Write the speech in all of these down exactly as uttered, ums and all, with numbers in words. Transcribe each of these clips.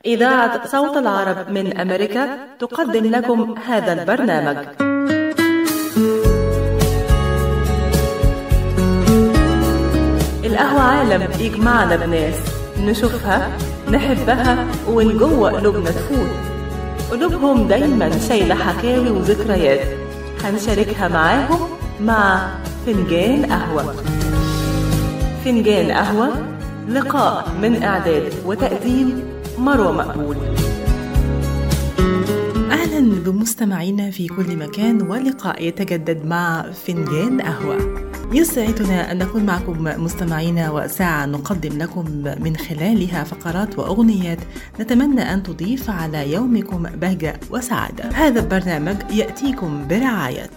إذاعة صوت العرب من أمريكا تقدم لكم هذا البرنامج. القهوة عالم يجمعنا بناس نشوفها نحبها ومن جوه قلوبنا تفوت. قلوبهم دايما شايلة حكاوي وذكريات هنشاركها معاهم مع فنجان قهوة. فنجان قهوة، لقاء من إعداد وتقديم مروة مقبول. أهلا بمستمعينا في كل مكان، ولقاء يتجدد مع فنجان قهوة. يسعدنا أن نكون معكم مستمعينا، وساعة نقدم لكم من خلالها فقرات وأغنيات نتمنى أن تضيف على يومكم بهجة وسعادة. هذا البرنامج يأتيكم برعاية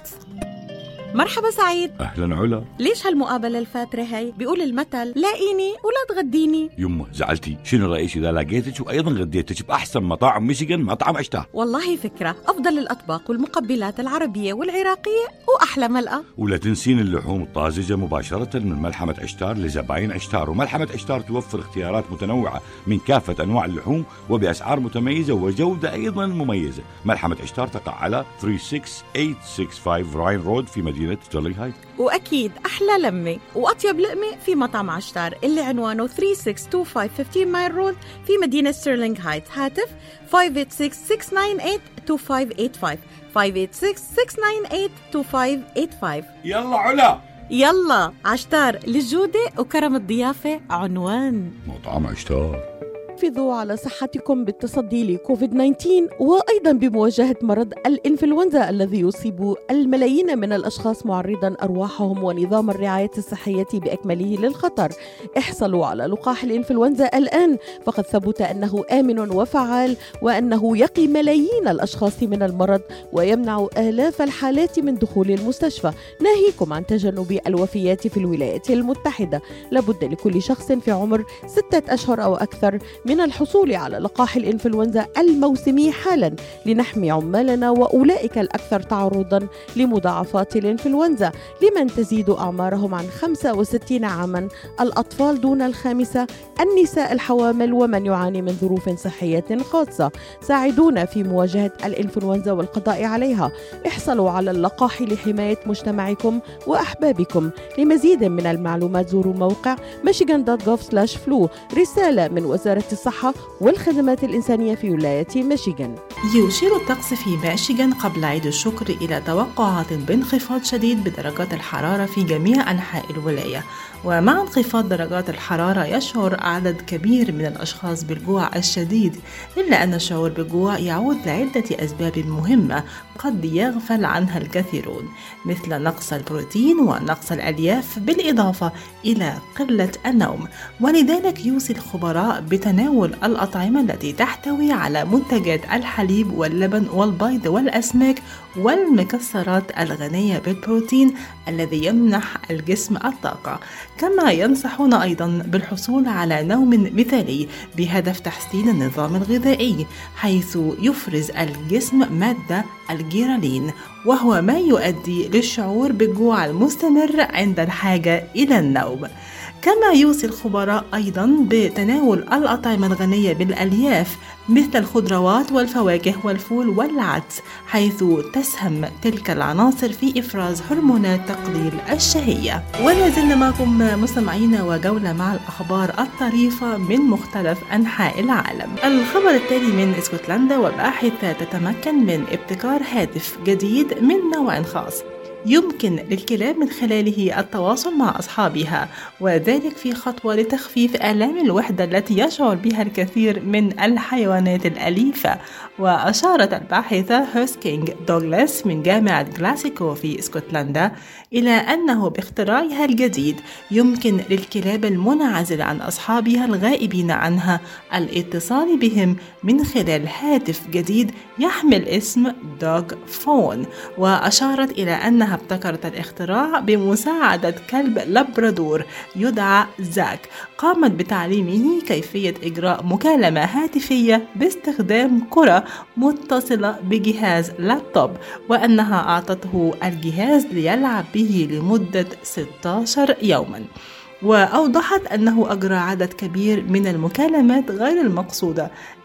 مرحبا سعيد. أهلا علا. ليش هالمقابلة الفاترة هاي؟ بيقول المثل لاقيني ولا تغديني. يمه زعلتي، شنو رأيك إذا لقيتك وأيضا غديتك بأحسن مطاعم ميشيغان، مطعم عشتار؟ والله فكرة، أفضل الأطباق والمقبلات العربية والعراقية وأحلى ملقا. ولا تنسين اللحوم الطازجة مباشرة من ملحمة عشتار لزباين عشتار. وملحمة عشتار توفر اختيارات متنوعة من كافة أنواع اللحوم وبأسعار متميزة وجودة أيضا مميزة. ملحمة عشتار تقع على ثلاثة ستة ثمانية ستة خمسة راين رود في مدينة ستيرلينغ هايت. وأكيد أحلى لمة وأطيب لقمة في مطعم عشتار اللي عنوانه ثلاثة ستة اثنين خمسة خمسة خمستاشر مايل رود في مدينة ستيرلينغ هايت. هاتف خمسة ثمانية ستة ستة تسعة تسعة ثمانية اثنين خمسة ثمانية خمسة ستة ستة تسعة تسعة اثنين خمسة. يلا علا يلا عشتار، للجودة وكرم الضيافة عنوان مطعم عشتار. حافظوا على صحتكم بالتصدي لكوفيد تسعة عشر وأيضا بمواجهة مرض الإنفلونزا الذي يصيب الملايين من الأشخاص معرضا أرواحهم ونظام الرعاية الصحية بأكمله للخطر. احصلوا على لقاح الإنفلونزا الآن، فقد ثبت أنه آمن وفعال وأنه يقي ملايين الأشخاص من المرض ويمنع آلاف الحالات من دخول المستشفى، ناهيكم عن تجنب الوفيات في الولايات المتحدة. لابد لكل شخص في عمر ستة أشهر أو أكثر من الحصول على لقاح الإنفلونزا الموسمي حالا لنحمي عمالنا وأولئك الأكثر تعرضا لمضاعفات الإنفلونزا. لمن تزيد أعمارهم عن خمسة وستين عاما، الأطفال دون الخامسة، النساء الحوامل، ومن يعاني من ظروف صحية خاصة. ساعدونا في مواجهة الإنفلونزا والقضاء عليها. احصلوا على اللقاح لحماية مجتمعكم وأحبابكم. لمزيد من المعلومات زوروا موقع ميشيغان دوت جوف سلاش فلو. رسالة من وزارة الصحة والخدمات الإنسانية في ولاية ميشيغان. يشير الطقس في ميشيغان قبل عيد الشكر إلى توقعات بانخفاض شديد بدرجات الحرارة في جميع أنحاء الولاية، ومع انخفاض درجات الحرارة يشعر عدد كبير من الأشخاص بالجوع الشديد، إلا أن الشعور بالجوع يعود لعدة أسباب مهمة قد يغفل عنها الكثيرون، مثل نقص البروتين ونقص الألياف بالإضافة إلى قلة النوم. ولذلك يوصي الخبراء بتناول الأطعمة التي تحتوي على منتجات الحليب واللبن والبيض والأسماك والمكسرات الغنية بالبروتين الذي يمنح الجسم الطاقة. كما ينصحون أيضا بالحصول على نوم مثالي بهدف تحسين النظام الغذائي، حيث يفرز الجسم مادة الجيرالين، وهو ما يؤدي للشعور بالجوع المستمر عند الحاجة إلى النوم. كما يوصي الخبراء أيضا بتناول الأطعمة الغنية بالألياف مثل الخضروات والفواكه والفول والعدس، حيث تسهم تلك العناصر في إفراز هرمونات تقليل الشهية. ولا زلنا معكم مستمعين وجولة مع الأخبار الطريفة من مختلف أنحاء العالم. الخبر التالي من اسكتلندا، وباحثة تتمكن من ابتكار هاتف جديد من نوع خاص يمكن للكلاب من خلاله التواصل مع أصحابها، وذلك في خطوة لتخفيف آلام الوحدة التي يشعر بها الكثير من الحيوانات الأليفة. وأشارت الباحثة هوسكينغ دوغلاس من جامعة غلاسيكو في اسكتلندا إلى أنه باختراعها الجديد يمكن للكلاب المنعزلة عن أصحابها الغائبين عنها الاتصال بهم من خلال هاتف جديد يحمل اسم دوغ فون. وأشارت إلى أنها ابتكرت الاختراع بمساعدة كلب لابرادور يدعى زاك، قامت بتعليمه كيفية إجراء مكالمة هاتفية باستخدام كرة متصلة بجهاز لابتوب، وأنها أعطته الجهاز ليلعب به لمدة ستة عشر يوما. وأوضحت أنه أجرى عدد كبير من المكالمات غير المقصودة،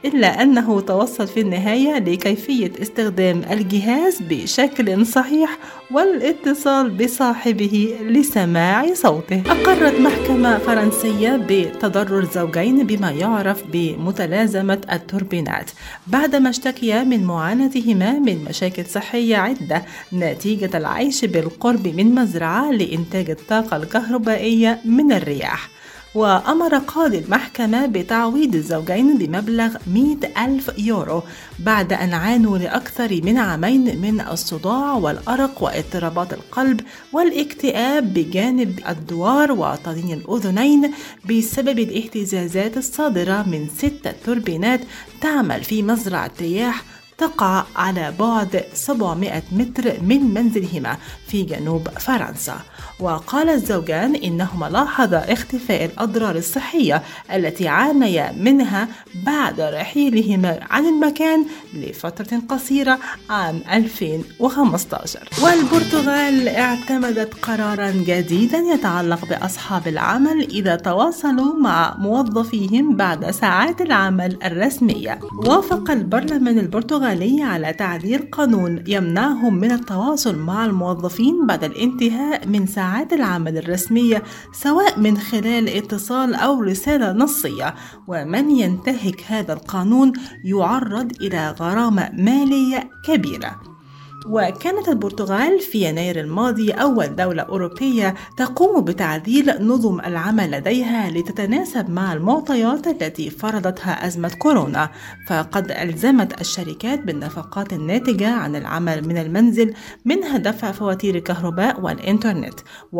إلا أنه توصل في النهاية لكيفية استخدام الجهاز بشكل صحيح والاتصال بصاحبه لسماع صوته. أقرت محكمة فرنسية بتضرر زوجين بما يعرف بمتلازمة التوربينات بعدما اشتكيا من معاناتهما من مشاكل صحية عدة نتيجة العيش بالقرب من مزرعة لإنتاج الطاقة الكهربائية من الرياح. وأمر قاضي المحكمة بتعويض الزوجين بمبلغ مئة ألف يورو بعد أن عانوا لأكثر من عامين من الصداع والأرق واضطرابات القلب والاكتئاب بجانب الدوار وطنين الأذنين بسبب الاهتزازات الصادرة من ستة توربينات تعمل في مزرعة رياح تقع على بعد سبعمائة متر من منزلهما في جنوب فرنسا. وقال الزوجان إنهما لاحظا اختفاء الأضرار الصحية التي عانيا منها بعد رحيلهما عن المكان لفترة قصيرة عام ألفين وخمسة عشر. والبرتغال اعتمدت قرارا جديدا يتعلق بأصحاب العمل إذا تواصلوا مع موظفيهم بعد ساعات العمل الرسمية. وافق البرلمان البرتغالي على تعديل قانون يمنعهم من التواصل مع الموظفين بعد الانتهاء من ساعات العمل الرسمية سواء من خلال اتصال أو رسالة نصية، ومن ينتهك هذا القانون يعرض إلى غرامة مالية كبيرة. وكانت البرتغال في يناير الماضي أول دولة أوروبية تقوم بتعديل نظم العمل لديها لتتناسب مع المعطيات التي فرضتها أزمة كورونا، فقد ألزمت الشركات بالنفقات الناتجة عن العمل من المنزل منها دفع فواتير الكهرباء والإنترنت،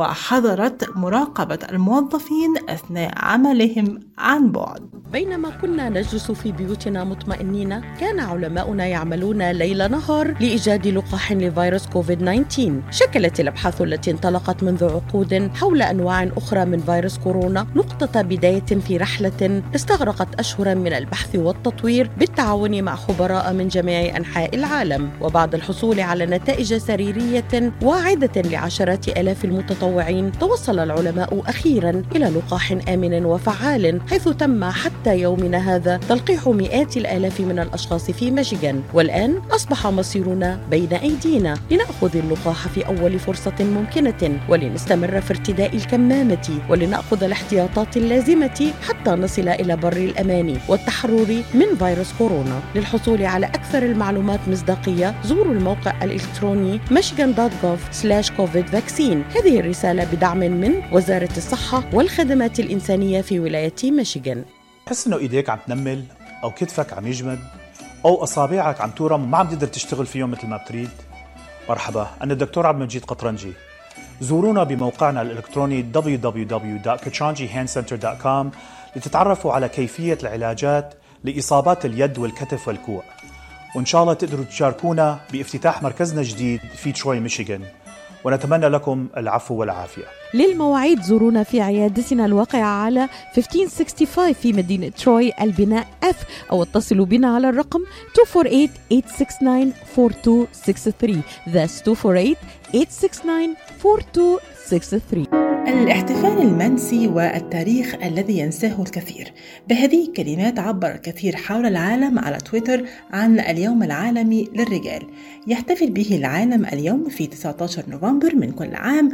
وحظرت مراقبة الموظفين أثناء عملهم عن بعد. بينما كنا نجلس في بيوتنا مطمئنين كان علماؤنا يعملون ليل نهار لإيجاد لقاح لفيروس كوفيد تسعة عشر. شكلت الأبحاث التي انطلقت منذ عقود حول أنواع أخرى من فيروس كورونا نقطة بداية في رحلة استغرقت أشهرا من البحث والتطوير بالتعاون مع خبراء من جميع أنحاء العالم. وبعد الحصول على نتائج سريرية واعدة لعشرات آلاف المتطوعين توصل العلماء أخيرا إلى لقاح آمن وفعال، حيث تم حتى يومنا هذا تلقيح مئات الآلاف من الأشخاص في ميشيغان. والآن أصبح مصيرنا بين أيدينا لنأخذ اللقاح في أول فرصة ممكنة ولنستمر في ارتداء الكمامة ولنأخذ الاحتياطات اللازمة حتى نصل إلى بر الأمان والتحرر من فيروس كورونا. للحصول على أكثر المعلومات مصداقية زوروا الموقع الإلكتروني michigan dot gov slash covid vaccine. هذه الرسالة بدعم من وزارة الصحة والخدمات الإنسانية في ولاية ميشيغان. تحس إنه إيديك عم تنمل أو كتفك عم يجمد أو أصابعك عم تورم وما عم تقدر تشتغل فيهم مثل ما بتريد؟ مرحبا، أنا الدكتور عبد المجيد قطرنجي. زورونا بموقعنا الإلكتروني دبليو دبليو دبليو دوت katranji hand center دوت كوم لتتعرفوا على كيفية العلاجات لإصابات اليد والكتف والكوع، وإن شاء الله تقدروا تشاركونا بافتتاح مركزنا الجديد في تروي ميشيغان، ونتمنى لكم العفو والعافية. للمواعيد زورونا في عيادتنا الواقعة على خمسة عشر خمسة وخمسين في مدينة تروي البناء F، أو اتصلوا بنا على الرقم اثنين أربعة ثمانية ثمانية ستة أربعة اثنين ستة ثلاثة. That's اثنين أربعة ثمانية ستة ثمانية أربعة اثنين ستة ثلاثة. الاحتفال المنسي والتاريخ الذي ينساه الكثير. بهذه الكلمات عبر الكثير حول العالم على تويتر عن اليوم العالمي للرجال. يحتفل به العالم اليوم في تسعة عشر نوفمبر من كل عام،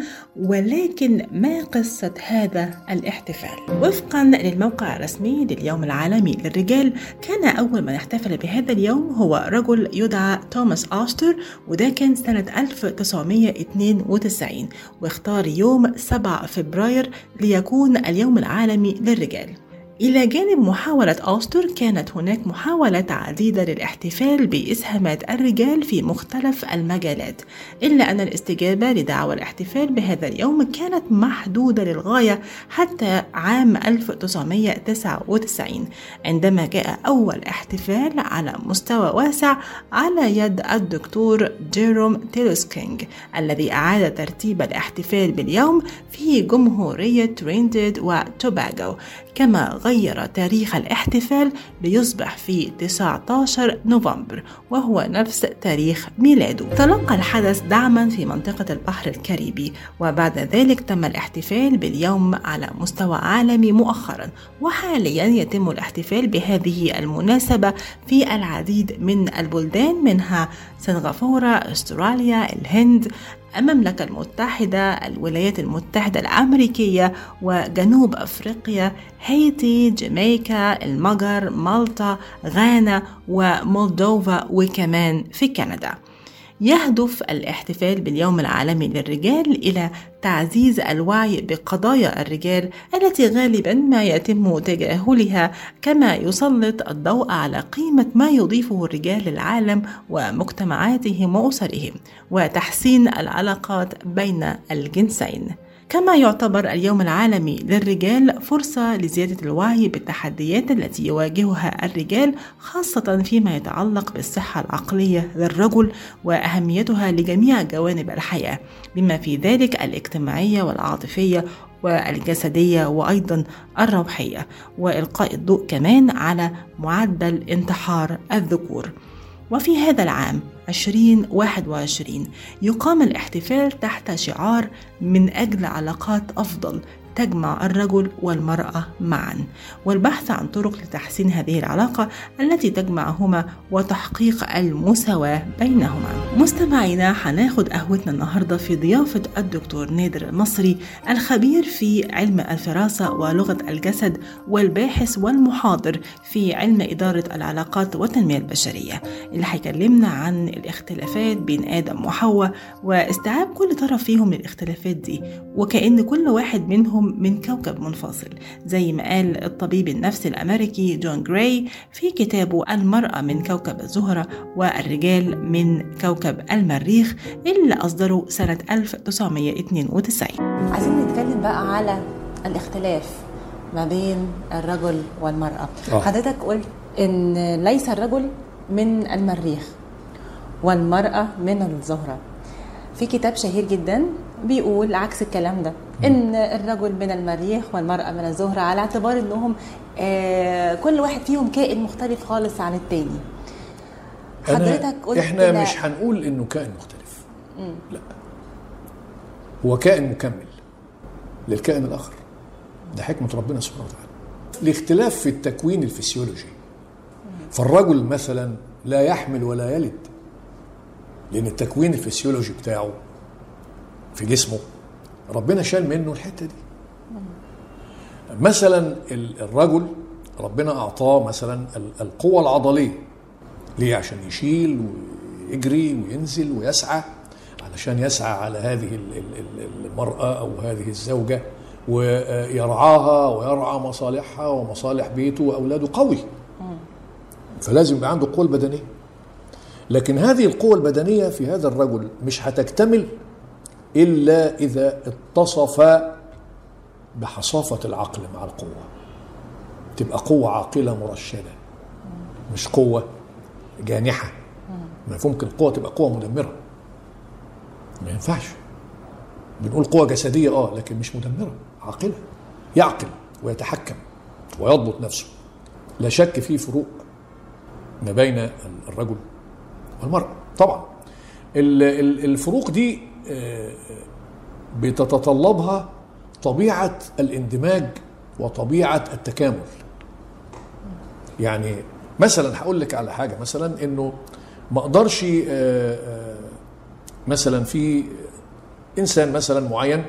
ولكن ما قصة هذا الاحتفال؟ وفقا للموقع الرسمي لليوم العالمي للرجال، كان أول من احتفل بهذا اليوم هو رجل يدعى توماس أوستر، وده كان سنة ألف وتسعمائة واثنين وتسعين، واختار يوم سبعة فبراير ليكون اليوم العالمي للرجال. إلى جانب محاولة أوستر، كانت هناك محاولات عديدة للاحتفال بإسهامات الرجال في مختلف المجالات، إلا أن الاستجابة لدعوى الاحتفال بهذا اليوم كانت محدودة للغاية حتى عام ألف وتسعمائة وتسعة وتسعين، عندما جاء أول احتفال على مستوى واسع على يد الدكتور جيروم تيلوسكينغ، الذي أعاد ترتيب الاحتفال باليوم في جمهورية ترينيداد وتوباغو، كما غير تاريخ الاحتفال ليصبح في تسعة عشر نوفمبر وهو نفس تاريخ ميلاده. تلقى الحدث دعما في منطقة البحر الكاريبي، وبعد ذلك تم الاحتفال باليوم على مستوى عالمي مؤخرا، وحاليا يتم الاحتفال بهذه المناسبة في العديد من البلدان منها سنغافورة، أستراليا، الهند، المملكة المتحدة، الولايات المتحدة الأمريكية، وجنوب أفريقيا، هايتي، جامايكا، المجر، مالطا، غانا، ومولدوفا، وكمان في كندا. يهدف الاحتفال باليوم العالمي للرجال إلى تعزيز الوعي بقضايا الرجال التي غالبا ما يتم تجاهلها، كما يسلط الضوء على قيمة ما يضيفه الرجال للعالم ومجتمعاتهم وأسرهم، وتحسين العلاقات بين الجنسين. كما يعتبر اليوم العالمي للرجال فرصة لزيادة الوعي بالتحديات التي يواجهها الرجال، خاصة فيما يتعلق بالصحة العقلية للرجل وأهميتها لجميع جوانب الحياة، بما في ذلك الاجتماعية والعاطفية والجسدية وأيضا الروحية، وإلقاء الضوء كمان على معدل انتحار الذكور. وفي هذا العام ألفين وواحد وعشرين يقام الاحتفال تحت شعار من أجل علاقات أفضل تجمع الرجل والمرأة معا، والبحث عن طرق لتحسين هذه العلاقة التي تجمعهما وتحقيق المساواة بينهما. مستمعينا، هناخد قهوتنا النهاردة في ضيافة الدكتور نادر المصري، الخبير في علم الفراسة ولغة الجسد والباحث والمحاضر في علم إدارة العلاقات والتنمية البشرية، اللي هيكلمنا عن الاختلافات بين آدم وحواء واستيعاب كل طرف فيهم للاختلافات دي، وكأن كل واحد منهم من كوكب منفصل، زي ما قال الطبيب النفسي الأمريكي جون جراي في كتابه المرأة من كوكب الزهرة والرجال من كوكب المريخ اللي أصدره سنة ألف وتسعمائة واثنين وتسعين. عايزين نتكلم بقى على الاختلاف ما بين الرجل والمرأة. أوه. حضرتك قلت إن ليس الرجل من المريخ والمرأة من الزهرة. في كتاب شهير جدا بيقول عكس الكلام ده، ان الرجل من المريخ والمرأة من الزهرة، على اعتبار انهم آه كل واحد فيهم كائن مختلف خالص عن التاني. حضرتك قلت احنا مش هنقول انه كائن مختلف، مم. لا، هو كائن مكمل للكائن الاخر، ده حكمة ربنا سبحانه وتعالى. الاختلاف في التكوين الفسيولوجي، فالرجل مثلا لا يحمل ولا يلد، لأن التكوين الفسيولوجي بتاعه في جسمه ربنا شال منه الحتة دي. مثلا الرجل ربنا أعطاه مثلا القوة العضلية، ليه؟ عشان يشيل ويجري وينزل ويسعى، علشان يسعى على هذه المرأة أو هذه الزوجة ويرعاها ويرعى مصالحها ومصالح بيته وأولاده قوي، فلازم يبقى عنده القوة البدنية. لكن هذه القوة البدنية في هذا الرجل مش هتكتمل إلا إذا اتصف بحصافة العقل مع القوة، تبقى قوة عاقلة مرشدة، مش قوة جانحة. ما ممكن القوة تبقى قوة مدمرة، ما ينفعش. بنقول قوة جسدية اه لكن مش مدمرة، عاقلة، يعقل ويتحكم ويضبط نفسه. لا شك فيه فروق ما بين الرجل والمرأة. طبعا الفروق دي بتتطلبها طبيعة الاندماج وطبيعة التكامل. يعني مثلا هقول لك على حاجة، مثلا انه ما اقدرش مثلا في انسان مثلا معين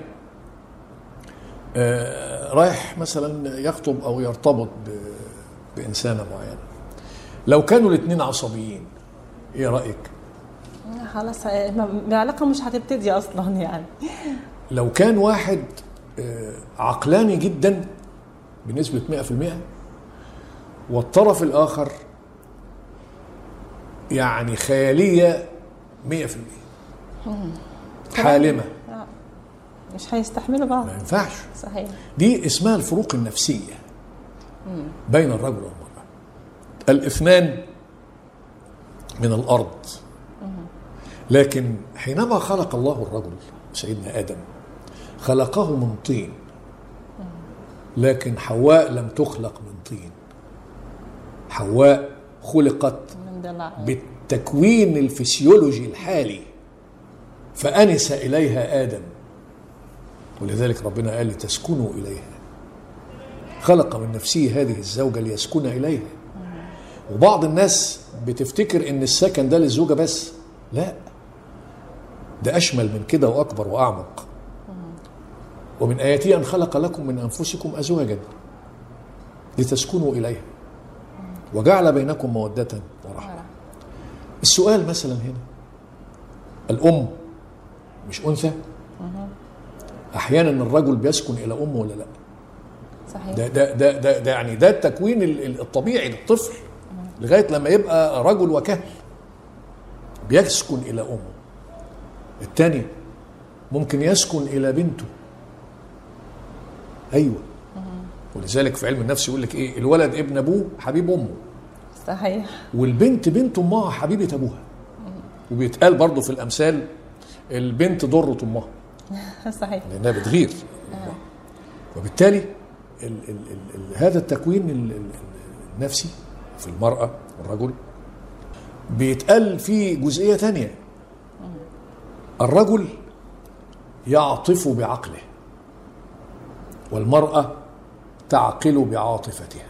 رايح مثلا يخطب او يرتبط بانسانة معينة، لو كانوا الاثنين عصبيين ايه رأيك؟ خلاص العلاقة مش هتبتدي اصلا. يعني لو كان واحد عقلاني جدا بنسبة مئة في المئة والطرف الاخر يعني خيالية مئة في المئة حالمة، مش هيستحملوا بعض، ما ينفعش. صحيح. دي اسمها الفروق النفسية بين الرجل والمرأة. الاثنان من الأرض، لكن حينما خلق الله الرجل سيدنا آدم خلقه من طين، لكن حواء لم تخلق من طين. حواء خلقت بالتكوين الفسيولوجي الحالي فأنس إليها آدم، ولذلك ربنا قال لتسكنوا إليها. خلق من نفسه هذه الزوجة ليسكن إليها. وبعض الناس بتفتكر إن السكن ده للزوجة بس، لا، ده أشمل من كده وأكبر وأعمق. ومن آياته أن خلق لكم من أنفسكم أزواجا لتسكنوا إليها وجعل بينكم مودة ورحمة. السؤال مثلا هنا، الأم مش أنثى؟ أحيانا الرجل بيسكن إلى أمه ولا لا؟ صحيح. ده ده ده ده, ده يعني ده التكوين الطبيعي للطفل لغاية لما يبقى رجل وكهل بيسكن إلى أمه. الثانية ممكن يسكن إلى بنته. أيوة. ولذلك في علم النفس يقول لك إيه، الولد ابن أبوه حبيب أمه. صحيح. والبنت بنت أمها حبيبة أبوها. وبيتقال برضو في الأمثال البنت ضرة أمها. صحيح. لأنها بتغير. آه. وبالتالي ال ال ال هذا التكوين ال ال النفسي في المرأة والرجل بيتقال في جزئية تانية. الرجل يعطف بعقله والمرأة تعقل بعاطفتها.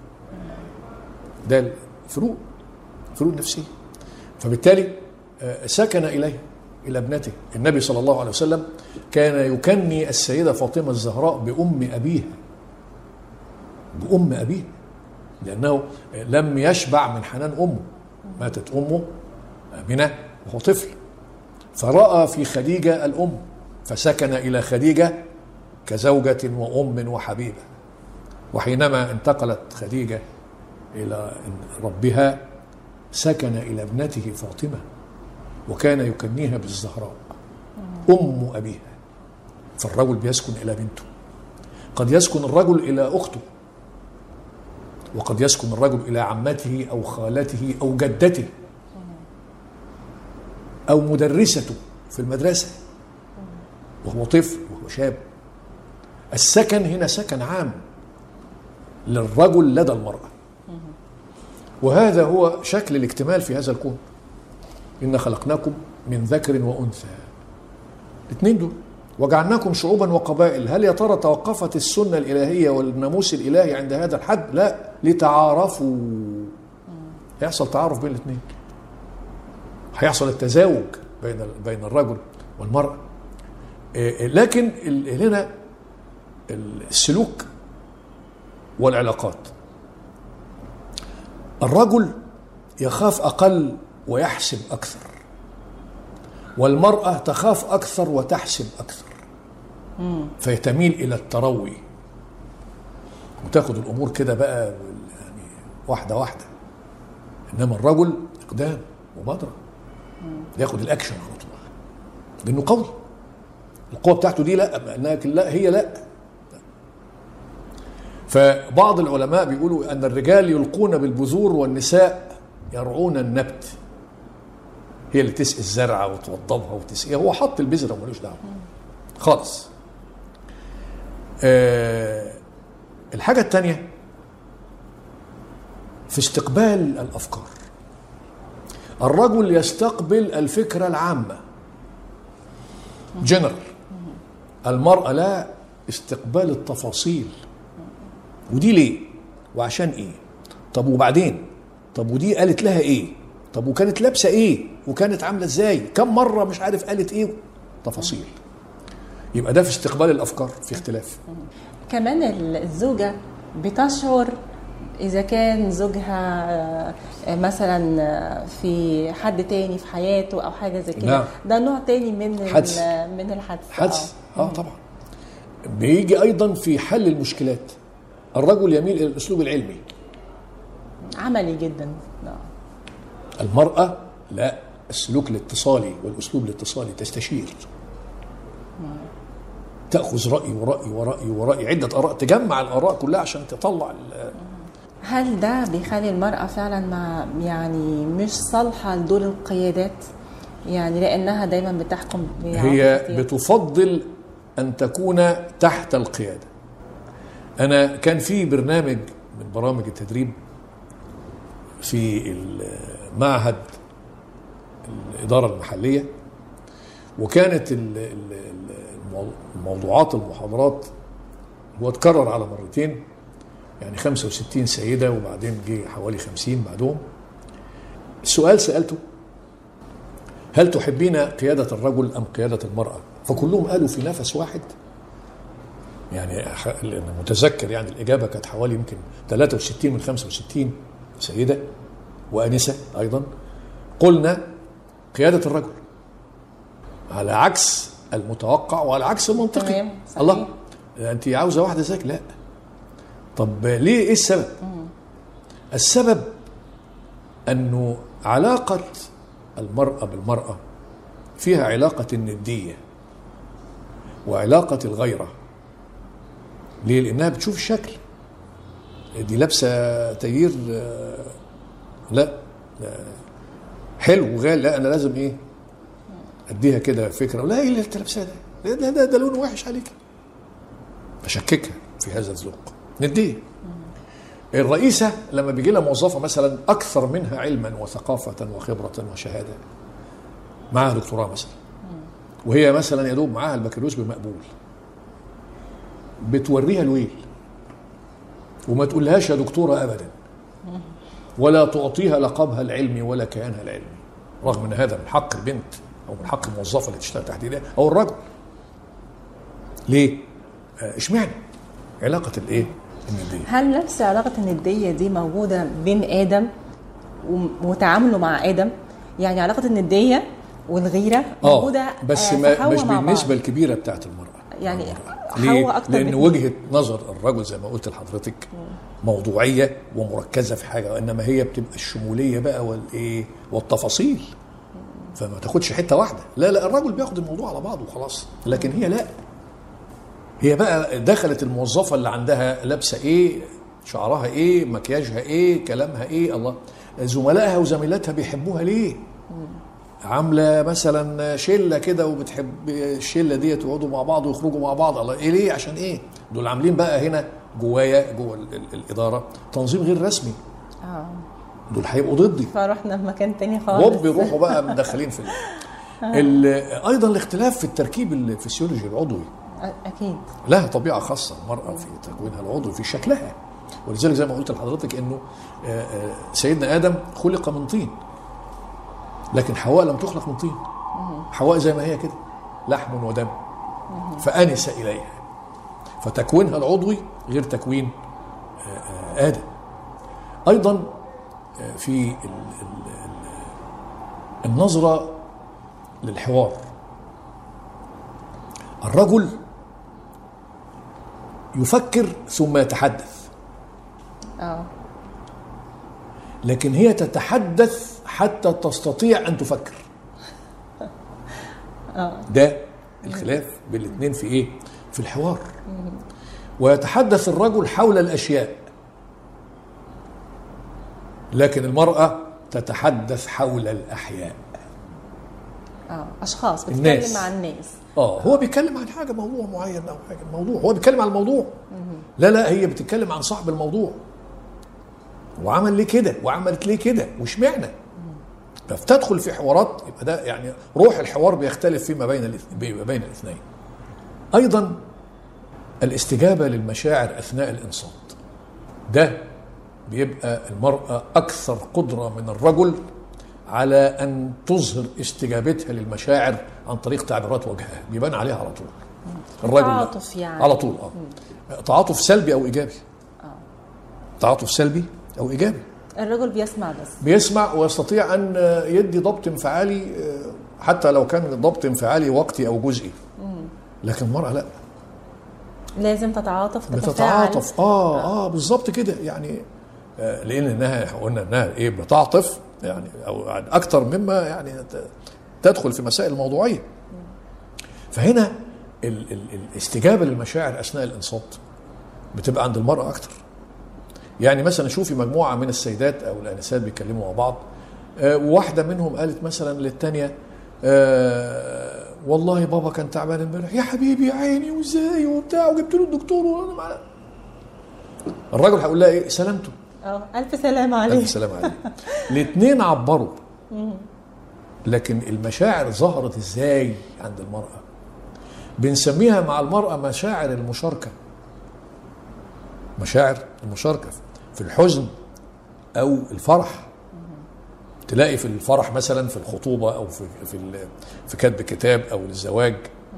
ده الفروق، فروق نفسية. فبالتالي سكن إليه إلى ابنته. النبي صلى الله عليه وسلم كان يكني السيدة فاطمة الزهراء بأم أبيها، بأم أبيه، لأنه لم يشبع من حنان أمه. ماتت أمه آمنة وهو طفل، فرأى في خديجة الأم فسكن إلى خديجة كزوجة وأم وحبيبة. وحينما انتقلت خديجة إلى ربها سكن إلى ابنته فاطمة وكان يكنيها بالزهراء أم أبيها. فالرجل بيسكن إلى بنته. قد يسكن الرجل إلى أخته، وقد يسكن الرجل إلى عمته أو خالته أو جدته أو مدرسته في المدرسة وهو طفل وهو شاب. السكن هنا سكن عام للرجل لدى المرأة. وهذا هو شكل الاكتمال في هذا الكون. إن خلقناكم من ذكر وأنثى، الاثنين دول، وجعلناكم شعوبا وقبائل. هل يا ترى توقفت السنة الإلهية والناموس الإلهي عند هذا الحد؟ لا، لتعارفوا. هيحصل تعارف بين الاثنين، هيحصل التزاوج بين بين الرجل والمرأة. لكن هنا السلوك والعلاقات، الرجل يخاف أقل ويحسب أكثر، والمرأة تخاف أكثر وتحسب أكثر، فيتميل إلى التروي وتاخد الأمور كده بقى يعني واحدة واحدة. إنما الرجل إقدام وبادرة، ياخد الأكشن على طول لأنه قوي. القوة بتاعته دي لا، لكن لا هي لا. فبعض العلماء بيقولوا أن الرجال يلقون بالبذور والنساء يرعون النبت. هي اللي تسقي الزرعة وتوضبها وتسقيها، هو حط البذرة ومالوش دعوة خالص. أه الحاجة الثانية في استقبال الأفكار، الرجل يستقبل الفكرة العامة جنرال، المرأة لا، استقبال التفاصيل. ودي ليه؟ وعشان ايه؟ طب وبعدين؟ طب ودي قالت لها ايه؟ طب وكانت لابسه ايه؟ وكانت عامله ازاي؟ كم مره مش عارف قالت ايه؟ تفاصيل. يبقى ده في استقبال الافكار في اختلاف. كمان الزوجه بتشعر اذا كان زوجها مثلا في حد تاني في حياته او حاجه زي كده. نعم. ده نوع تاني من حدث. من الحدث. حدث اه, آه طبعا. بيجي ايضا في حل المشكلات. الرجل يميل الى الاسلوب العلمي عملي جدا. المرأة لا، السلوك الاتصالي والاسلوب الاتصالي، تستشير، تأخذ رأي ورأي ورأي ورأي، عدة آراء، تجمع الآراء كلها عشان تطلع. هل ده بيخلي المرأة فعلا مع يعني مش صالحة لدور القيادات؟ يعني لأنها دايما بتحكم. هي بتفضل أن تكون تحت القيادة. أنا كان في برنامج من برامج التدريب في معهد الإدارة المحلية، وكانت الموضوعات المحاضرات هو اتكرر على مرتين، يعني خمسة وستين سيدة وبعدين جه حوالي خمسين بعدهم. السؤال سألته: هل تحبين قيادة الرجل أم قيادة المرأة؟ فكلهم قالوا في نفس واحد، يعني أنا متذكر يعني الإجابة كانت حوالي يمكن ثلاثة وستين من خمسة وستين سيدة وأنسة أيضا، قلنا قيادة الرجل، على عكس المتوقع وعلى عكس المنطقي. الله، أنت عاوزة واحدة زيك؟ لا. طب ليه؟ إيه السبب؟ السبب أنه علاقة المرأة بالمرأة فيها علاقة الندية وعلاقة الغيرة. ليه؟ لأنها بتشوف الشكل، دي لابسة تغيير لا, لا حلو وغالي، لا أنا لازم إيه أديها كده فكرة، لا إيه اللي أنت لابساه ده؟ ده, ده, ده لونه وحش عليك، أشككها في هذا الذوق. ندية. الرئيسة لما بيجي لها موظفة مثلا أكثر منها علما وثقافة وخبرة وشهادة، معها دكتوراه مثلا، وهي مثلا يدوب معاها البكالوريوس بمقبول، بتوريها الويل وما تقولهاش يا دكتورة أبدا، ولا تعطيها لقبها العلمي ولا كيانها العلمي، رغم أن هذا من حق البنت أو من حق الموظفة اللي تشتغل تحت ايديها أو الرجل. ليه؟ اشمعنى علاقة الإيه؟ الندية. هل نفس علاقة الندية دي موجودة بين آدم وتعامله مع آدم؟ يعني علاقة الندية والغيرة موجودة آه بس ما مش بالنسبة الكبيرة بتاعت المرأة. يعني ليه؟ لأن وجهة نظر الرجل زي ما قلت لحضرتك موضوعية ومركزة في حاجة، وإنما هي بتبقى الشمولية بقى والإيه والتفاصيل، فما تاخدش حتة واحدة. لا لا، الرجل بياخد الموضوع على بعضه وخلاص، لكن هي لا، هي بقى دخلت الموظفة اللي عندها لابسة ايه، شعرها ايه، مكياجها ايه، كلامها ايه، الله، زملائها وزميلاتها بيحبوها ليه، عاملة مثلا شلة كده وبتحب الشلة دي يقعدوا مع بعض ويخرجوا مع بعض، الله ايه ليه؟ عشان ايه؟ دول عاملين بقى هنا جوايا جوه الإدارة تنظيم غير رسمي، اه دول هيبقوا ضدي، فرحنا في مكان تاني خالص، وب بيروحوا بقى مدخلين في ايضا الاختلاف في التركيب الفسيولوجي العضوي أكيد لها طبيعة خاصة المرأة في تكوينها العضوي في شكلها، ولذلك زي ما قلت لحضرتك إنه سيدنا آدم خلق من طين، لكن حواء لم تخلق من طين، حواء زي ما هي كده لحم ودم، فأنس إليها، فتكوينها العضوي غير تكوين آدم. أيضا في النظرة للحوار، الرجل يفكر ثم يتحدث، اه لكن هي تتحدث حتى تستطيع ان تفكر. اه ده الخلاف بين الاثنين في ايه؟ في الحوار. ويتحدث الرجل حول الاشياء، لكن المرأة تتحدث حول الاحياء. اه اشخاص بتتكلم عن الناس، اه هو بيتكلم عن حاجه، موضوع معين او حاجه، موضوع هو بيتكلم عن الموضوع، لا لا هي بتتكلم عن صاحب الموضوع، وعمل ليه كده وعملت ليه كده واشمعنى، فبتدخل في حوارات، يبقى ده يعني روح الحوار بيختلف فيما بين بين الاثنين. ايضا الاستجابه للمشاعر اثناء الانصات، ده بيبقى المراه اكثر قدره من الرجل على أن تظهر استجابتها للمشاعر عن طريق تعبيرات وجهها، بيبان عليها على طول. الرجل تعاطف يعني على طول اه تعاطف سلبي أو إيجابي، اه تعاطف سلبي أو إيجابي. الرجل بيسمع بس، بيسمع ويستطيع أن يدي ضبط انفعالي، حتى لو كان ضبط انفعالي وقتي أو جزئي، لكن المرأة لا، لازم تتعاطف تتفاعل. بتتعاطف اه اه بالظبط كده، يعني آه لأن إنها قلنا إنها إيه بتعطف يعني أو أكثر مما يعني تدخل في مسائل موضوعية. فهنا ال ال الاستجابة للمشاعر أثناء الإنصات بتبقى عند المرأة أكثر. يعني مثلا شوفي مجموعة من السيدات أو الأنسات بيتكلموا مع بعض، آه وواحدة منهم قالت مثلا للتانية آه والله بابا كان تعبان امبارح، يا حبيبي يا عيني وازاي وبتاع، وجبت له الدكتور وانا الرجل هيقول لها ايه؟ سلامته. اه الف سلام عليه. الف سلام عليه. الاثنين عبروا. لكن المشاعر ظهرت ازاي عند المرأة؟ بنسميها مع المرأة مشاعر المشاركة. مشاعر المشاركة في الحزن او الفرح. تلاقي في الفرح مثلا في الخطوبة او في في في كتب كتاب او الزواج،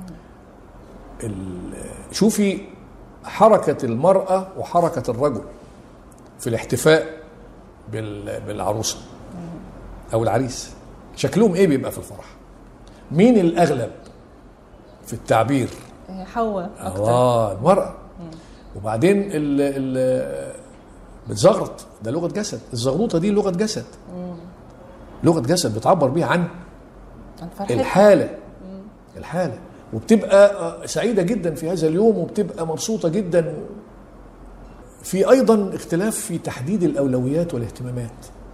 شوفي حركة المرأة وحركة الرجل في الاحتفاء بالعروسة او العريس، شكلهم ايه بيبقى في الفرح؟ مين الاغلب في التعبير؟ حواء اكتر. اه المرأة. وبعدين ال ال بتزغرط، ده لغة جسد. الزغروطة دي لغة جسد. لغة جسد بتعبر بيها عن الحالة. الحالة. وبتبقى سعيدة جدا في هذا اليوم وبتبقى مبسوطة جدا. في أيضا اختلاف في تحديد الأولويات والاهتمامات.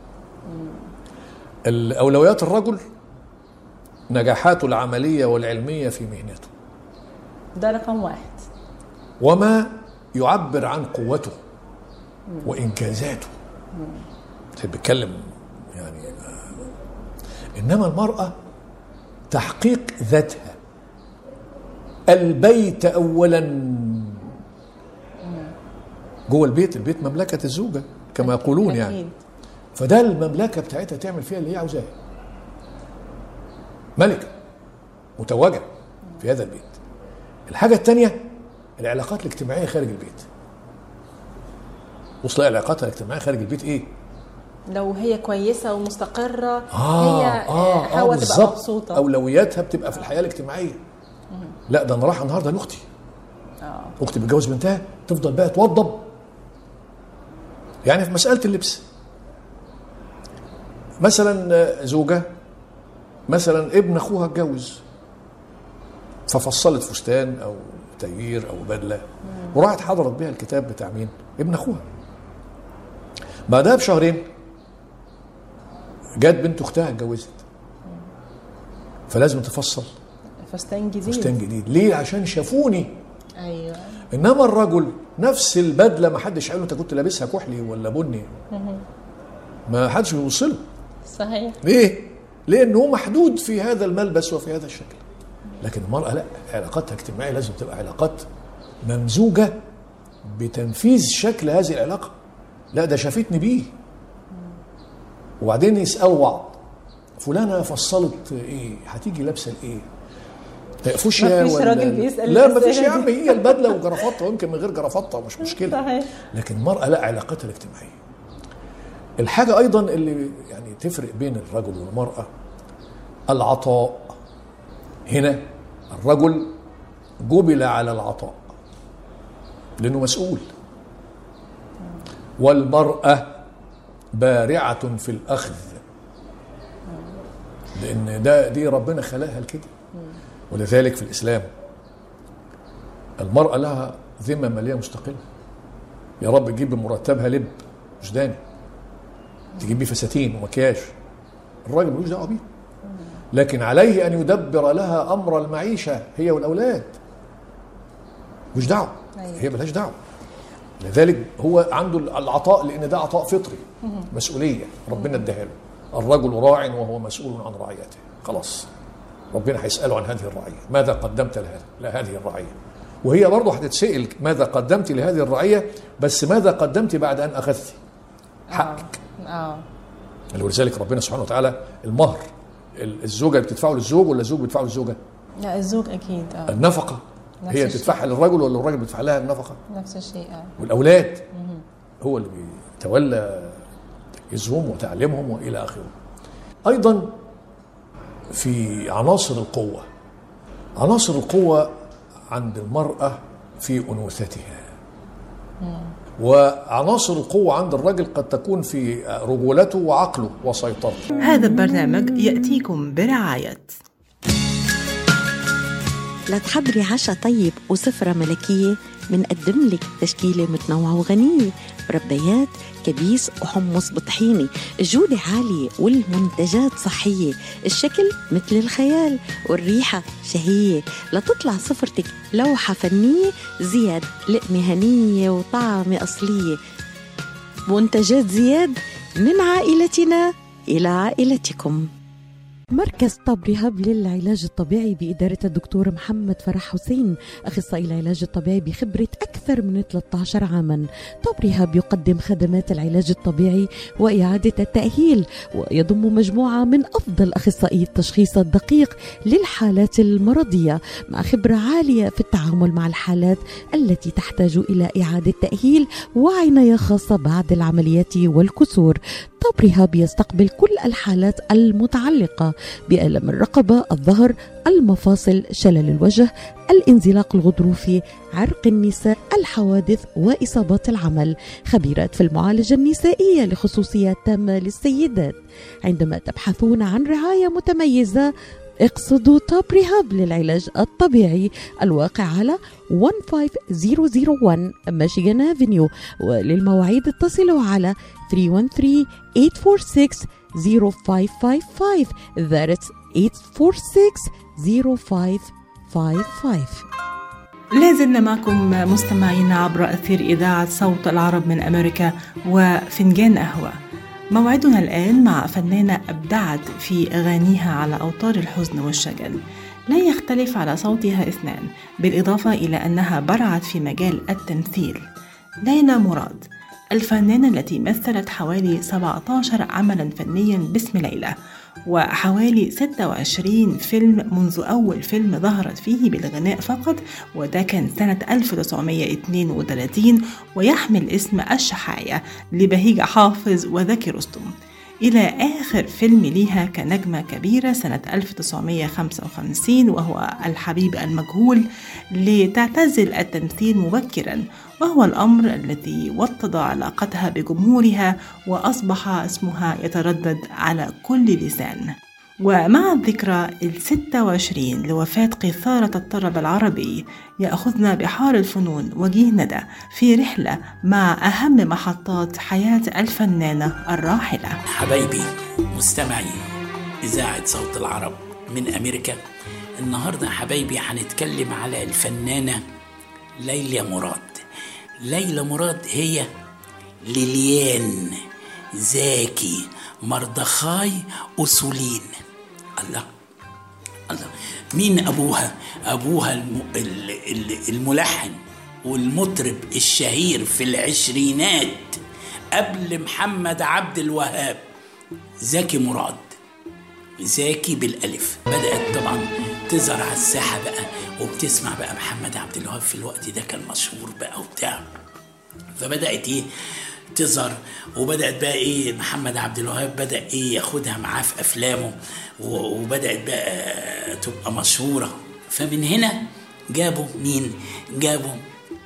الأولويات الرجل نجاحاته العملية والعلمية في مهنته، ده رقم واحد، وما يعبر عن قوته وإنجازاته. تحب يتكلم يعني. إنما المرأة تحقيق ذاتها، البيت أولا. جوه البيت، البيت مملكة الزوجة كما يقولون يعني. فده المملكة بتاعتها تعمل فيها اللي هي عاوزاه. ملكة متوجة في هذا البيت. الحاجة الثانية العلاقات الاجتماعية خارج البيت. وصل علاقاتها الاجتماعية خارج البيت ايه؟ لو هي كويسة ومستقرة آه هي آه حاول آه تبقى مبسوطة. أولوياتها بتبقى في الحياة الاجتماعية. لا ده أنا راح النهاردة لأختي. آه. أختي بتجوز بنتها، تفضل بقى توضب. يعني في مسألة اللبس مثلا، زوجة مثلا ابن أخوها اتجوز ففصلت فستان أو تغيير أو بدلة وراحت حضرت بها الكتاب بتاع مين؟ ابن أخوها. بعدها بشهرين جات بنت أختها اتجوزت، فلازم تفصل فستان جديد. فستان جديد ليه؟ عشان شافوني. أيوة. إنما الرجل نفس البدلة ما حدش قال له أنت كنت لابسها كحلي ولا بني، ما حدش بيوصله. صحيح. ليه؟ لأنه محدود في هذا الملبس وفي هذا الشكل. لكن المرأة لا، علاقاتها اجتماعية لازم تبقى علاقات ممزوجة بتنفيذ شكل هذه العلاقة. لا ده شافتني بيه. وبعدين يسألوا بعض، فلانة فصلت ايه؟ هتيجي لابسة الايه؟ فوشيا ولا راجل بيسأل؟ لا ما فيش يا عم، هي البدلة وجرافطة ويمكن من غير جرافطة مش مشكلة. صحيح. لكن المرأة لا، علاقتها الاجتماعية. الحاجة أيضا اللي يعني تفرق بين الرجل والمرأة العطاء. هنا الرجل جبل على العطاء لأنه مسؤول، والمرأة بارعة في الأخذ لأن ده دي ربنا خلقها لكده. ولذلك في الإسلام المرأة لها ذمة مالية مستقلة. يا رب تجيب بمرتبها لب وجداني، تجيب بيه فساتين ومكياج، الراجل ملوش دعوة بيه. لكن عليه أن يدبر لها أمر المعيشة هي والأولاد، مش دعوة. هي ملهاش دعوة. لذلك هو عنده العطاء لأن ده عطاء فطري، مسؤولية ربنا اداها له. الرجل راع وهو مسؤول عن رعيته. خلاص ربنا هيسأله عن هذه الرعية، ماذا قدمت لهذه الرعية؟ وهي برضه هتتسأل ماذا قدمت لهذه الرعية، بس ماذا قدمت بعد أن أخذت حقك. اه ولذلك ربنا سبحانه وتعالى المهر الزوجة بتدفعه للزوج ولا الزوج بيدفعه للزوجة؟ لا الزوج أكيد. اه النفقة هي بتدفعها للرجل ولا الراجل بيدفع لها النفقة؟ نفس الشيء. اه والأولاد هو اللي بيتولى تجهيزهم وتعليمهم وإلى آخره. أيضا في عناصر القوة، عناصر القوة عند المرأة في أنوثتها، وعناصر القوة عند الرجل قد تكون في رجولته وعقله وسيطرته. هذا البرنامج يأتيكم برعاية لتحضري عشاء طيب وسفرة ملكية منقدم لك تشكيلة متنوعة وغنية، مربيات، كبيس وحمص بطحيني، الجودة عالية والمنتجات صحية، الشكل مثل الخيال والريحة شهية، لتطلع سفرتك لوحة فنية. زياد لقمة هنية وطعمة أصلية. منتجات زياد من عائلتنا إلى عائلتكم. مركز طب ريهاب للعلاج الطبيعي بإدارة الدكتور محمد فرح حسين، أخصائي العلاج الطبيعي بخبرة أكثر من ثلاثة عشر عاما. طب ريهاب يقدم خدمات العلاج الطبيعي وإعادة التأهيل، ويضم مجموعة من أفضل أخصائي التشخيص الدقيق للحالات المرضية، مع خبرة عالية في التعامل مع الحالات التي تحتاج إلى إعادة تأهيل وعناية خاصة بعد العمليات والكسور. طب ريهاب يستقبل كل الحالات المتعلقة بألم الرقبة، الظهر، المفاصل، شلل الوجه، الانزلاق الغضروفي، عرق النساء، الحوادث وإصابات العمل. خبيرات في المعالجة النسائية لخصوصيات تامة للسيدات. عندما تبحثون عن رعاية متميزة اقصدوا توب ريهاب للعلاج الطبيعي، الواقع على خمسة عشر صفر صفر واحد ميشيغان افنيو، وللمواعيد اتصلوا على ثلاثة واحد ثلاثة ثمانية أربعة ستة صفر خمسة خمسة خمسة. That's ثمانية أربعة ستة صفر خمسة خمسة خمسة. لازلنا معكم مستمعينا عبر أثير إذاعة صوت العرب من أمريكا وفنجان قهوة. موعدنا الآن مع فنانة أبدعت في أغانيها على أوتار الحزن والشجن، لا يختلف على صوتها اثنان، بالإضافة إلى أنها برعت في مجال التمثيل. ليلى مراد، الفنانة التي مثلت حوالي سبعة عشر عملا فنيا باسم ليلى، وحوالي ستة وعشرين فيلم منذ أول فيلم ظهرت فيه بالغناء فقط، وده كان سنة ألف وتسعمائة واثنين وثلاثين، ويحمل اسم الشحاية لبهيج حافظ وذكي رستم، إلى آخر فيلم ليها كنجمة كبيرة سنة ألف وتسعمائة وخمسة وخمسين وهو الحبيب المجهول، لتعتزل التمثيل مبكرا، وهو الأمر الذي وطد علاقتها بجمهورها وأصبح اسمها يتردد على كل لسان. ومع الذكرى الستة وعشرين لوفاة قيثارة الطرب العربي، يأخذنا بحار الفنون وجيه ندى في رحلة مع أهم محطات حياة الفنانة الراحلة. حبايبي مستمعي إذاعة صوت العرب من أمريكا، النهاردة حبايبي هنتكلم على الفنانة ليلى مراد. ليلى مراد هي ليليان، زاكي، مردخاي، أصولين. الله الله، مين أبوها؟ أبوها الملحن والمطرب الشهير في العشرينات قبل محمد عبد الوهاب، زكي مراد، زاكي بالألف. بدأت طبعا تظهر على الساحة بقى، وبتسمع بقى محمد عبد الوهاب في الوقت ده كان مشهور بقى وبتاع، فبدأت ايه تظهر، وبدأت بقى ايه محمد عبد الوهاب بدأ ايه ياخدها معاه في افلامه، وبدأت بقى تبقى مشهورة. فمن هنا جابوا مين؟ جابوا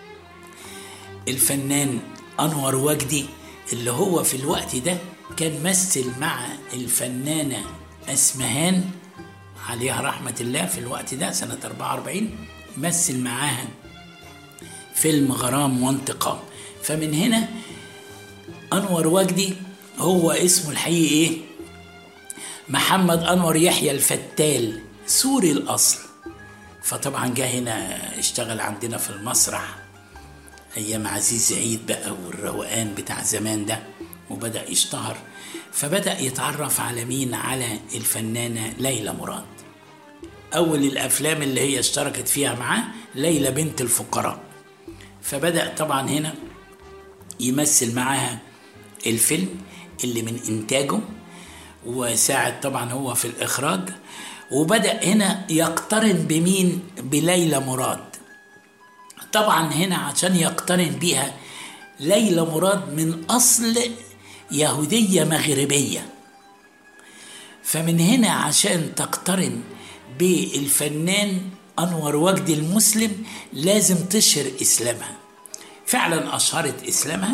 الفنان أنور وجدي، اللي هو في الوقت ده كان مثل مع الفنانة أسمهان عليها رحمة الله في الوقت ده سنة أربعة وأربعين، مثل معاها فيلم غرام وانتقام. فمن هنا أنور وجدي هو اسمه الحقيقي إيه؟ محمد أنور يحيى الفتال، سوري الأصل. فطبعا جاء هنا اشتغل عندنا في المسرح أيام عزيز عيد بقى والروقان بتاع زمان ده، وبدأ يشتهر. فبدأ يتعرف على مين؟ على الفنانة ليلى مراد. أول الأفلام اللي هي اشتركت فيها معاه ليلى بنت الفقراء. فبدأ طبعا هنا يمثل معاها الفيلم اللي من إنتاجه، وساعد طبعا هو في الإخراج. وبدأ هنا يقترن بمين؟ بليلى مراد. طبعا هنا عشان يقترن بيها، ليلى مراد من أصل يهودية مغربية، فمن هنا عشان تقترن بالفنان أنور وجدي المسلم لازم تشهر إسلامها. فعلا أشهرت إسلامها،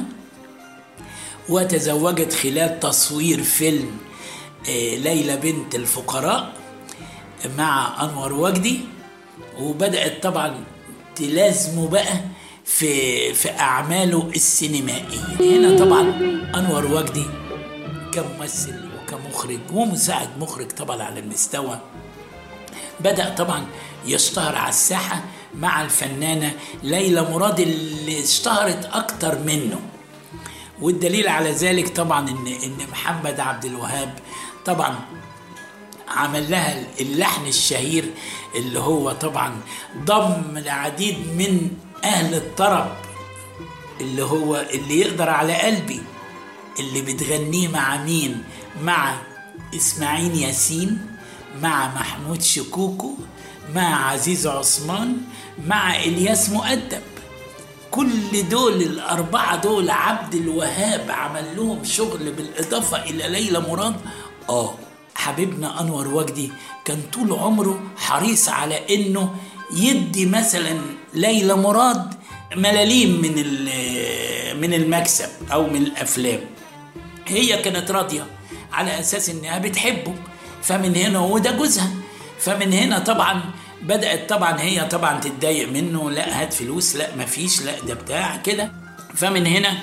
وتزوجت خلال تصوير فيلم ليلى بنت الفقراء مع أنور وجدي، وبدأت طبعا تلازمه بقى في في أعماله السينمائية. هنا طبعا أنور وجدي كممثل وكمخرج ومساعد مخرج طبعا على المستوى بدأ طبعا يشتهر على الساحة مع الفنانة ليلى مراد اللي اشتهرت أكتر منه. والدليل على ذلك طبعا إن إن محمد عبد الوهاب طبعا عمل لها اللحن الشهير اللي هو طبعا ضم العديد من أهل الطرب، اللي هو اللي يقدر على قلبي، اللي بتغنيه مع مين؟ مع إسماعيل ياسين، مع محمود شكوكو، مع عزيز عثمان، مع إلياس مؤدب. كل دول الأربعة دول عبد الوهاب عمل لهم شغل بالإضافة إلى ليلى مراد. آه حبيبنا أنور وجدي كان طول عمره حريص على إنه يدي مثلا ليلى مراد ملاليم من من المكسب أو من الأفلام. هي كانت راضية على أساس إنها بتحبه، فمن هنا وده جوزها، فمن هنا طبعا بدأت طبعا هي طبعا تتضايق منه، لا هات فلوس، لا مفيش، لا ده بتاع كده. فمن هنا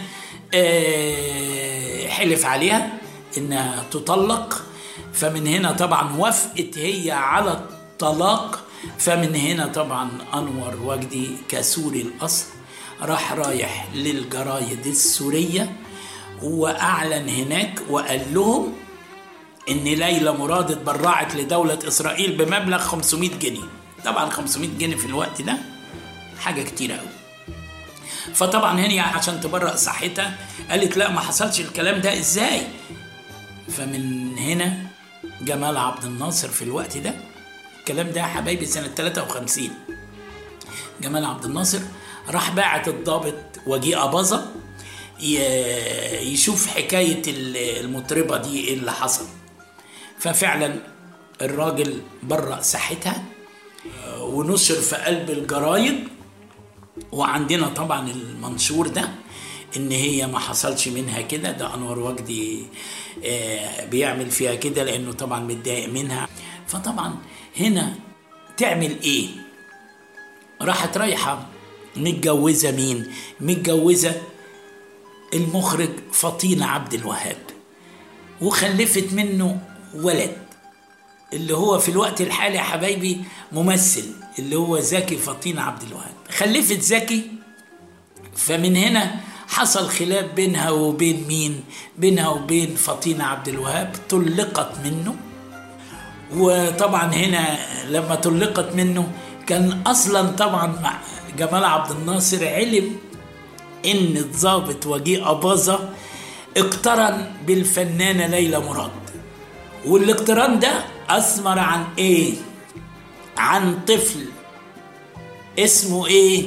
حلف عليها إنها تطلق، فمن هنا طبعا وافقت هي على الطلاق. فمن هنا طبعا أنور وجدي كسوري الأصل راح رايح للجرايد السورية وأعلن هناك وقال لهم إن ليلى مراد اتبرعت لدولة إسرائيل بمبلغ خمسمائة جنيه. طبعا خمسمائة جنيه في الوقت ده حاجة كتيرة قوي. فطبعا هي عشان تبرأ صحتها قالت لا ما حصلش الكلام ده إزاي. فمن هنا جمال عبد الناصر في الوقت ده، الكلام ده يا حبايبي سنة ثلاثة وخمسين، جمال عبد الناصر راح باعت الضابط وجيه أباظة يشوف حكاية المطربة دي ايه اللي حصل. ففعلا الراجل برأ صحتها ونشر في قلب الجرايد، وعندنا طبعا المنشور ده ان هي ما حصلش منها كده، ده انور وجدي بيعمل فيها كده لانه طبعا متضايق منها. فطبعا هنا تعمل ايه؟ راحت رايحة متجوزة مين؟ متجوزة المخرج فطين عبد الوهاب، وخلفت منه ولد اللي هو في الوقت الحالي يا حبايبي ممثل اللي هو زكي فطين عبد الوهاب. خلفت زكي، فمن هنا حصل خلاف بينها وبين مين؟ بينها وبين فطين عبد الوهاب، طلقت منه. وطبعا هنا لما طلقت منه كان اصلا طبعا جمال عبد الناصر علم ان الضابط وجيه أباظة اقترن بالفنانة ليلى مراد، والاقتران ده اثمر عن ايه؟ عن طفل اسمه ايه؟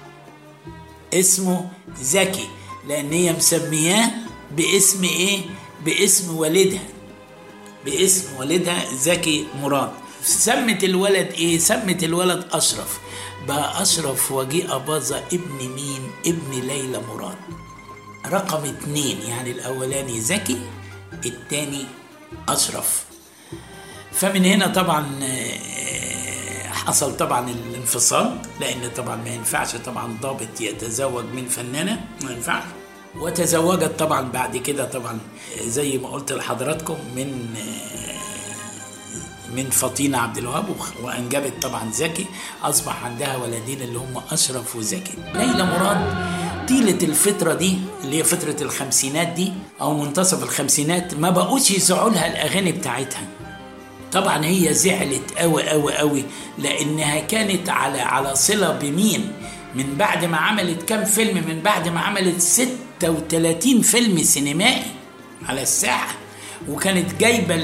اسمه زكي، لان هي مسمياه باسم ايه؟ باسم والدها، باسم والدها زكي مراد. سمت الولد ايه؟ سمت الولد اشرف، بقى اشرف وجيه أباظة ابن مين؟ ابن ليلى مراد رقم اتنين، يعني الاولاني زكي التاني اشرف. فمن هنا طبعا حصل طبعا الانفصال، لان طبعا ما ينفعش طبعا ضابط يتزوج من فنانة، ما ينفعش. وتزوجت طبعا بعد كده طبعا زي ما قلت لحضراتكم من من فطين عبد الوهاب، وانجبت طبعا زكي، اصبح عندها ولدين اللي هم اشرف وزكي. ليلى مراد طيلة الفترة دي اللي هي فترة الخمسينات دي او منتصف الخمسينات ما بقوش يزعوا لها الاغاني بتاعتها. طبعا هي زعلت قوي قوي قوي لانها كانت على على صلة بمين؟ من بعد ما عملت كام فيلم؟ من بعد ما عملت ستة وثلاثين فيلم سينمائي على الساحة، وكانت جايبة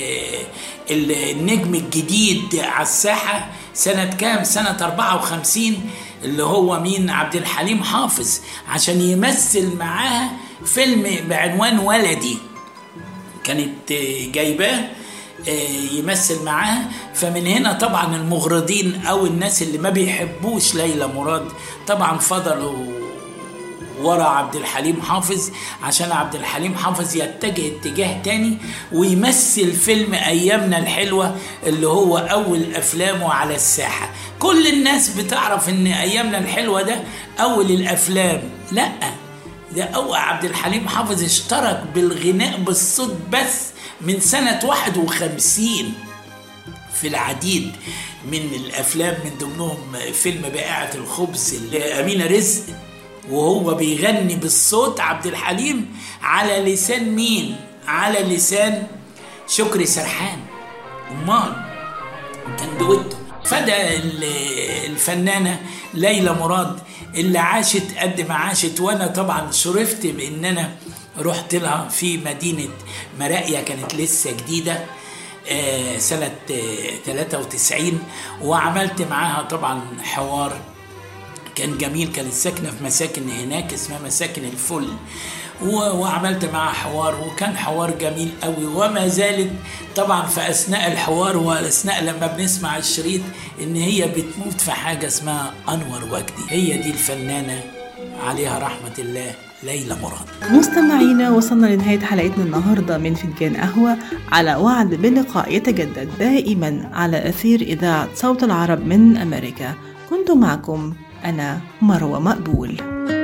النجم الجديد على الساحة سنة كام؟ سنة أربعة وخمسين، اللي هو مين؟ عبد الحليم حافظ، عشان يمثل معاها فيلم بعنوان ولدي، كانت جايباه يمثل معاها. فمن هنا طبعا المغرضين او الناس اللي ما بيحبوش ليلى مراد طبعا فضلوا ورا عبد الحليم حافظ عشان عبد الحليم حافظ يتجه اتجاه تاني ويمثل فيلم أيامنا الحلوة اللي هو أول أفلامه على الساحة. كل الناس بتعرف إن أيامنا الحلوة ده أول الأفلام، لأ، ده أول عبد الحليم حافظ اشترك بالغناء بالصوت بس من سنة واحد وخمسين في العديد من الأفلام، من ضمنهم فيلم بائعة الخبز لأمينة رزق، وهو بيغني بالصوت عبد الحليم على لسان مين؟ على لسان شكري سرحان. أمال كان دويتو. فده الفنانة ليلى مراد اللي عاشت قد ما عاشت، وانا طبعا شرفت بان انا رحت لها في مدينة مراقية، كانت لسه جديدة سنة ثلاثة وتسعين، وعملت معاها طبعا حوار كان جميل. كانت ساكنة في مساكن هناك اسمها مساكن الفل، وعملت معها حوار وكان حوار جميل قوي. وما زالت طبعا في أثناء الحوار وأثناء لما بنسمع الشريط إن هي بتموت في حاجة اسمها أنور وجدي. هي دي الفنانة عليها رحمة الله ليلى مراد. مستمعينا، وصلنا لنهاية حلقتنا النهاردة من فنجان قهوة، على وعد بلقاء يتجدد دائما على أثير إذاعة صوت العرب من أمريكا. كنت معكم أنا مروة مقبول.